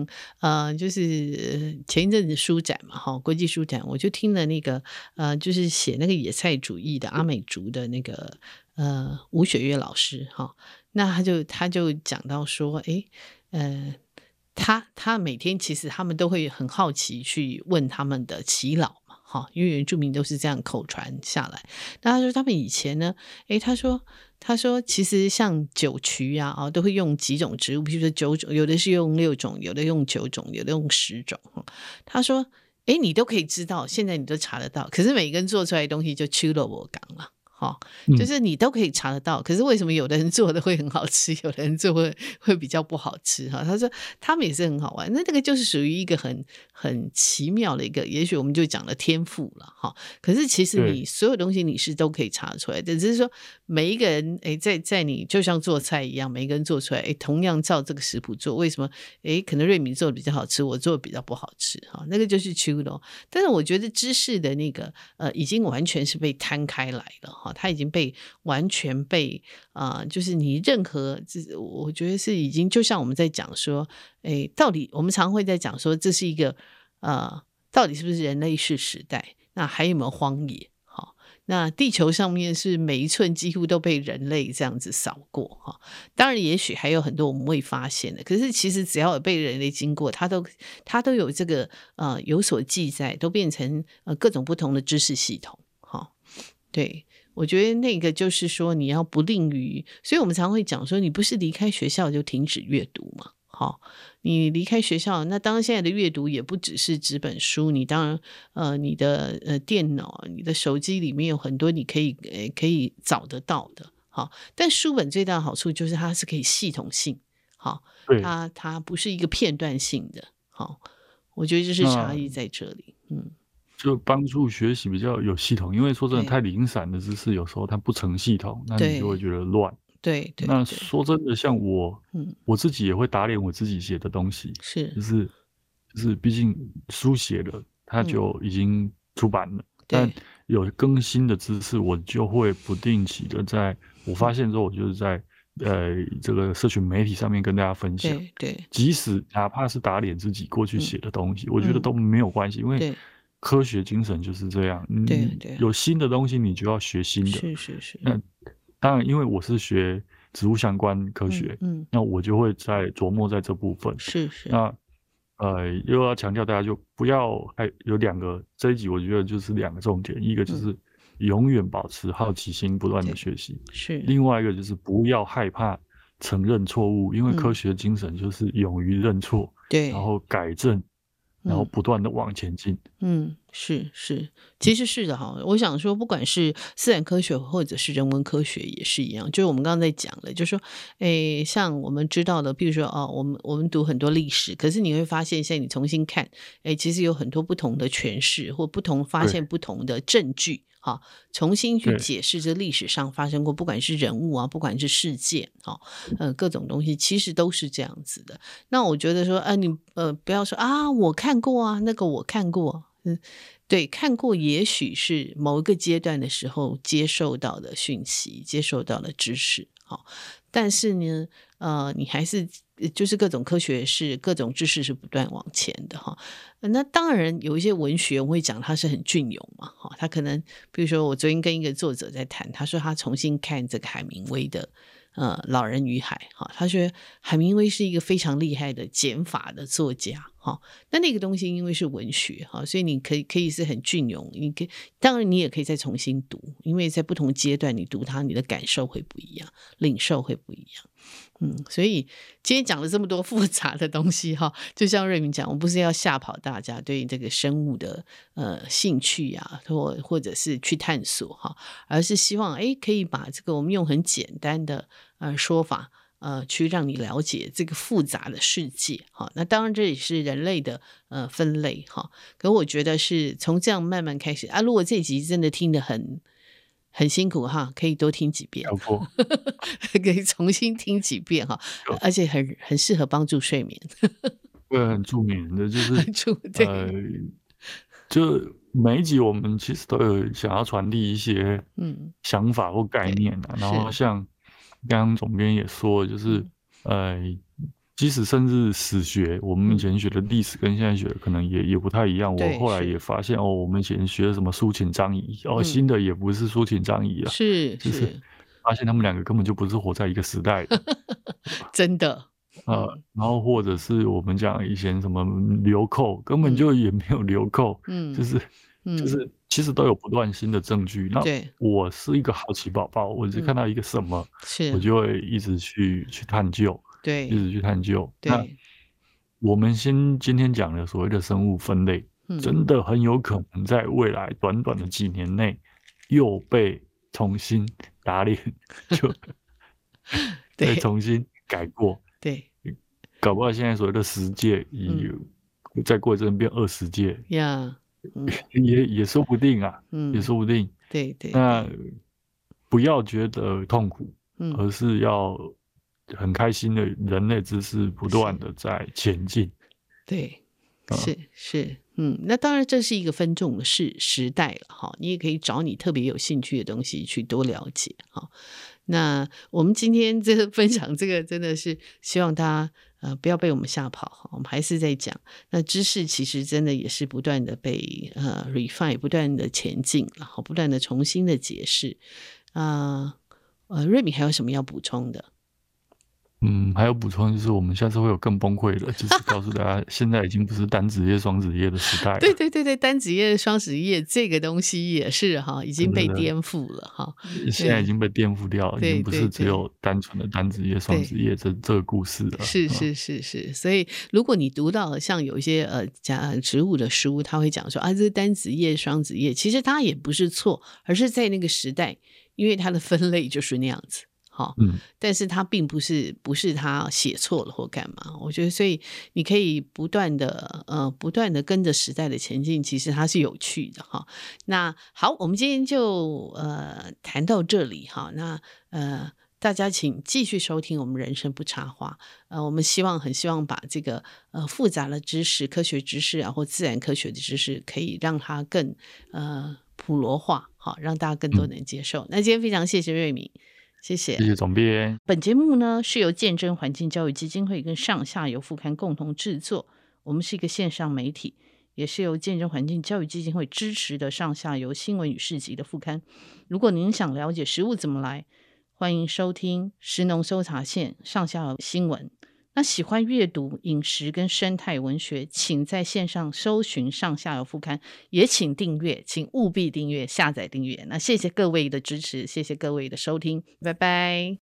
[SPEAKER 1] 就是前一阵子书展嘛，国际书展，我就听了那个就是写那个野菜主义的阿美族的那个吴雪月老师那他就讲到说，他每天其实他们都会很好奇去问他们的耆老嘛，因为原住民都是这样口传下来。那他说他们以前呢，他说其实像酒曲啊，都会用几种植物，比如说9种，有的是用6种，有的用9种，有的用10种。他说你都可以知道，现在你都查得到，可是每个人做出来的东西就吃了我讲了。 就是你都可以查得到，可是为什么有的人做的会很好吃，有的人做会比较不好吃他说他们也是很好玩，那个就是属于一个很奇妙的一个，也许我们就讲了天赋了可是其实你所有东西你是都可以查出来的，只是说每一个人在你就像做菜一样，每一个人做出来同样照这个食谱做，为什么可能瑞敏做的比较好吃，我做的比较不好吃那个就是秋咯。但是我觉得知识的那个已经完全是被摊开来了它已经被完全被就是你任何我觉得是已经就像我们在讲说到底我们常会在讲说这是一个到底是不是人类世时代，那还有没有荒野那地球上面是每一寸几乎都被人类这样子扫过当然也许还有很多我们未发现的，可是其实只要有被人类经过，它都有这个有所记载，都变成各种不同的知识系统对，我觉得那个就是说你要不吝于，所以我们常会讲说你不是离开学校就停止阅读嘛你离开学校，那当然现在的阅读也不只是纸本书，你当然你的电脑你的手机里面有很多你可以找得到的但书本最大的好处就是它是可以系统性它不是一个片段性的我觉得就是差异在这里
[SPEAKER 2] 就帮助学习比较有系统，因为说真的太零散的知识有时候它不成系统，那你就会觉得乱。
[SPEAKER 1] 对，
[SPEAKER 2] 那说真的像我自己也会打脸我自己写的东西，就是毕竟书写了它就已经出版了，但有更新的知识我就会不定期的我发现之后我就是在这个社群媒体上面跟大家分享，
[SPEAKER 1] 对，
[SPEAKER 2] 即使哪怕是打脸自己过去写的东西我觉得都没有关系，因为科学精神就是这样，有新的东西你就要学新的，
[SPEAKER 1] 是
[SPEAKER 2] 那当然因为我是学植物相关科学那我就会在琢磨在这部分，
[SPEAKER 1] 是
[SPEAKER 2] 那又要强调大家就不要有两个，这一集我觉得就是两个重点，一个就是永远保持好奇心不断的学习，另外一个就是不要害怕承认错误，因为科学精神就是勇于认错，然后改正，然后不断的往前进。
[SPEAKER 1] 是，其实是的我想说不管是自然科学或者是人文科学也是一样，就是我们刚刚在讲的就是说像我们知道的比如说我们读很多历史，可是你会发现现在你重新看其实有很多不同的诠释或发现不同的证据重新去解释这历史上发生过不管是人物不管是事件各种东西其实都是这样子的。那我觉得说你不要说我看过那个我看过对，看过也许是某一个阶段的时候接受到的讯息，接受到的知识但是呢你还是就是各种科学是各种知识是不断往前的那当然有一些文学我会讲它是很隽永嘛他可能比如说我昨天跟一个作者在谈，他说他重新看这个海明威的老人与海他觉得海明威是一个非常厉害的减法的作家那个东西因为是文学所以你可以是很隽永，当然你也可以再重新读，因为在不同阶段你读它你的感受会不一样，领受会不一样所以今天讲了这么多复杂的东西就像瑞敏讲，我不是要吓跑大家对这个生物的兴趣或者是去探索而是希望可以把这个我们用很简单的说法去让你了解这个复杂的世界那当然这也是人类的分类可我觉得是从这样慢慢开始如果这集真的听得很辛苦可以多听几遍可以重新听几遍而且很适合帮助睡眠
[SPEAKER 2] 很助眠的就是就每一集我们其实都有想要传递一些想法或概念然后像刚刚总编也说就是即使甚至史学我们以前学的历史跟现在学的可能也不太一样，我后来也发现我们以前学的什么苏秦张仪新的也不是苏秦张仪就是发现他们两个根本就不是活在一个时代的
[SPEAKER 1] 真的
[SPEAKER 2] 然后或者是我们讲以前什么流寇根本就也没有流寇就是其实都有不断新的证据，那我是一个好奇宝宝，我只看到一个什么我就会一直去探究，一直去探究。那我们今天讲的所谓的生物分类真的很有可能在未来短短的几年内又被重新打脸，就再重新改过。
[SPEAKER 1] 对，
[SPEAKER 2] 搞不好现在所谓的10届，再过一阵变20届
[SPEAKER 1] 呀，
[SPEAKER 2] 也说不定啊，也说不定。
[SPEAKER 1] 对对，
[SPEAKER 2] 那不要觉得痛苦，而是要很开心的，人类知识不断的在前进。
[SPEAKER 1] 对，是，那当然这是一个分众的时代了哈，你也可以找你特别有兴趣的东西去多了解哈。那我们今天这个分享这个真的是希望大家不要被我们吓跑哈，我们还是在讲那知识其实真的也是不断的被refine， 不断的前进，然后不断的重新的解释瑞敏还有什么要补充的？
[SPEAKER 2] 还有补充就是我们下次会有更崩溃的，就是告诉大家现在已经不是单子页双子页的时代了。
[SPEAKER 1] 对，单子页双子页这个东西也是哈，已经被颠覆了哈。
[SPEAKER 2] 现在已经被颠覆掉了，已经不是只有单纯的单子页双子页这个故事了。
[SPEAKER 1] 是，所以如果你读到像有一些植物的书，他会讲说这是单子页双子页，其实它也不是错，而是在那个时代，因为它的分类就是那样子。但是他并不是他写错了或干嘛，我觉得所以你可以不断的跟着时代的前进，其实它是有趣的哈。那好，我们今天就谈到这里哈。那大家请继续收听我们人生不插话。我们很希望把这个复杂的知识、科学知识或自然科学的知识，可以让它更普罗化，好，让大家更多能接受。那今天非常谢谢瑞敏。谢谢
[SPEAKER 2] 总编。
[SPEAKER 1] 本节目呢是由见证环境教育基金会跟上下游副刊共同制作，我们是一个线上媒体，也是由见证环境教育基金会支持的上下游新闻与市集的副刊。如果您想了解食物怎么来，欢迎收听食农搜查线上下游新闻。那喜欢阅读饮食跟生态文学，请在线上搜寻上下游副刊，也请订阅，请务必订阅、下载订阅。那谢谢各位的支持，谢谢各位的收听，拜拜。